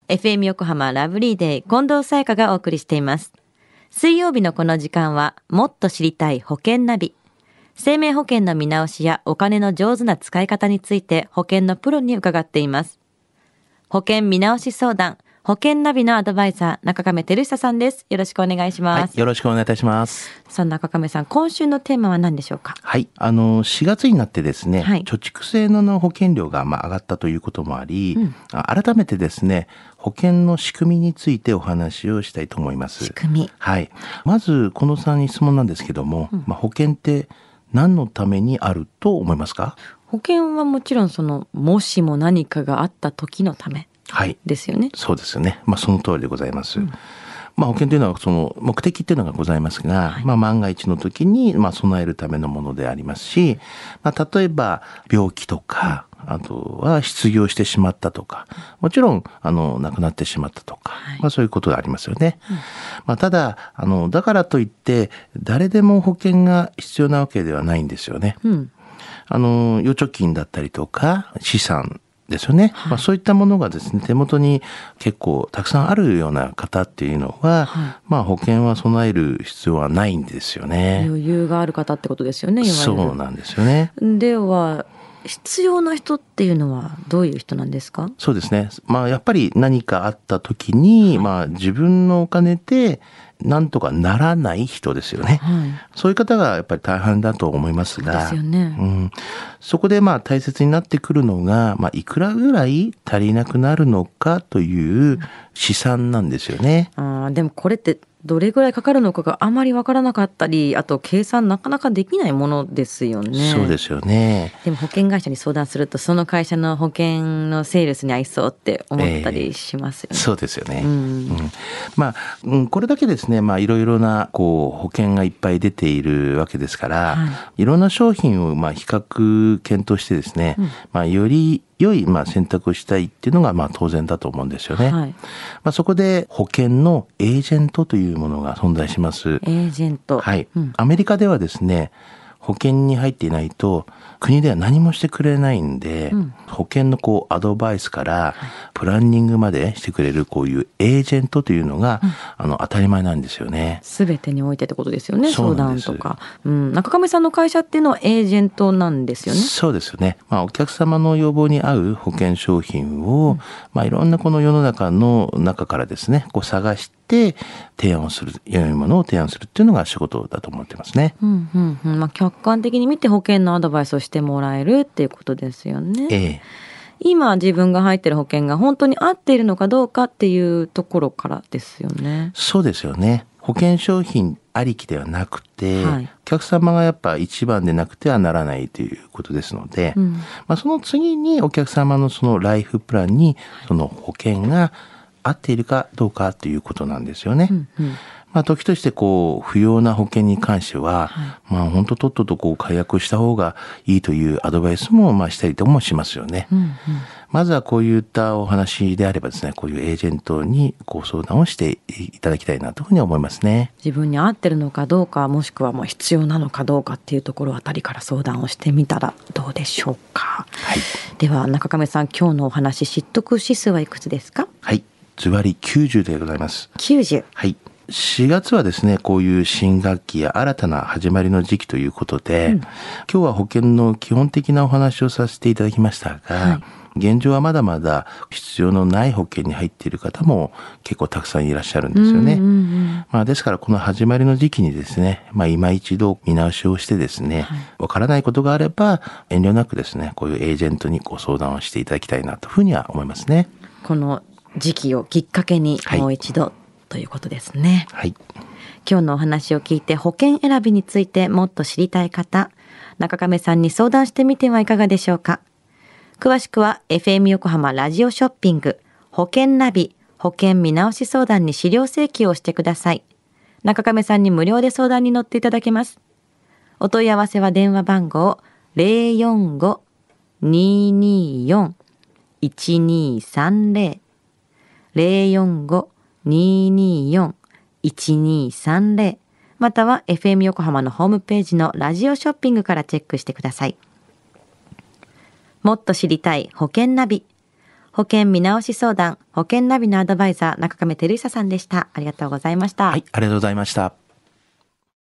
FM 横浜ラブリーデー近藤沙耶香がお送りしています。水曜日のこの時間はもっと知りたい保険ナビ。生命保険の見直しやお金の上手な使い方について保険のプロに伺っています。保険見直し相談、保険ナビのアドバイザー、中亀照久さんです。よろしくお願いします。 はい、よろしくお願いいたします。 さあ中亀さん、今週のテーマは何でしょうか？ はい、4月になってですね、 はい、 貯蓄制の保険料が上がったということもあり、改めてですね、保険の仕組みについてお話をしたいと思います。 仕組み。 はい。まず近藤さんに質問なんですけども、保険って何のためにあると思いますか？ 保険はもちろんもしも何かがあった時のためですよね。 そうですよね。その通りでございます。保険というのはその目的っていうのがございますが、万が一の時に備えるためのものでありますし、例えば病気とか、あとは失業してしまったとか、もちろん亡くなってしまったとか、そういうことがありますよね。ただだからといって誰でも保険が必要なわけではないんですよね。預貯金だったりとか資産ですよね。そういったものがですね、手元に結構たくさんあるような方っていうのは、保険は備える必要はないんですよね。 余裕がある方ってことですよね。 そうなんですよね。 では必要な人っていうのはどういう人なんですか？ そうですね。やっぱり何かあった時に、自分のお金でなんとかならない人ですよね。そういう方がやっぱり大半だと思いますが、 そうですよね。 そこで大切になってくるのが、いくらぐらい足りなくなるのかという試算なんですよね。 でもこれってどれぐらいかかるのかがあまりわからなかったり、あと計算なかなかできないものですよね。 そうですよね。 でも保険会社に相談するとその会社の保険のセールスに合いそうって思ったりしますよね。 そうですよね。これだけですね、いろいろな保険がいっぱい出ているわけですから、いろんな商品を比較検討してですね、より良い選択をしたいっていうのが当然だと思うんですよね。そこで保険のエージェントというものが存在します。 エージェント。 アメリカではですね、保険に入っていないと国では何もしてくれないんで、保険のアドバイスからプランニングまでしてくれるこういうエージェントというのが、当たり前なんですよね。 全てにおいてってことですよね。相談とか。中亀さんの会社っていうのはエージェントなんですよね。 そうですよね。お客様の要望に合う保険商品を、いろんなこの世の中の中からですね、探して提案をする、良いものを提案するっていうのが仕事だと思ってますね。 客観的に見て保険のアドバイスをしてもらえるっていうことですよね。今自分が入ってる保険が本当に合っているのかどうかっていうところからですよね。 そうですよね。保険商品ありきではなくて、お客様がやっぱ一番でなくてはならないということですので、その次にお客様のそのライフプランにその保険が合っているかどうかということなんですよね。時として不要な保険に関しては、本当とっとと解約した方がいいというアドバイスもしたりともしますよね。まずはこういったお話であればですね、こういうエージェントにご相談をしていただきたいなというふうに思いますね。 自分に合ってるのかどうか、もしくはもう必要なのかどうかっていうところあたりから相談をしてみたらどうでしょうか。では中亀さん、今日のお話、知得指数はいくつですか？ ズバリ90でございます。 90。 4月はですね、こういう新学期や新たな始まりの時期ということで、今日は保険の基本的なお話をさせていただきましたが、現状はまだまだ必要のない保険に入っている方も結構たくさんいらっしゃるんですよね。ですからこの始まりの時期にですね、今一度見直しをしてですね、わからないことがあれば遠慮なくですね、こういうエージェントにご相談をしていただきたいなというふうには思いますね。 この時期をきっかけにもう一度、ということですね。今日のお話を聞いて保険選びについてもっと知りたい方、中亀さんに相談してみてはいかがでしょうか。詳しくは FM 横浜ラジオショッピング保険ナビ保険見直し相談に資料請求をしてください。中亀さんに無料で相談に乗っていただけます。お問い合わせは電話番号 045-224-1230 045-224-1230 または FM 横浜のホームページのラジオショッピングからチェックしてください。もっと知りたい保険ナビ。保保険見直し相談保険ナビのアドバイザー中亀照久さんでした。ありがとうございました。 はい、ありがとうございました。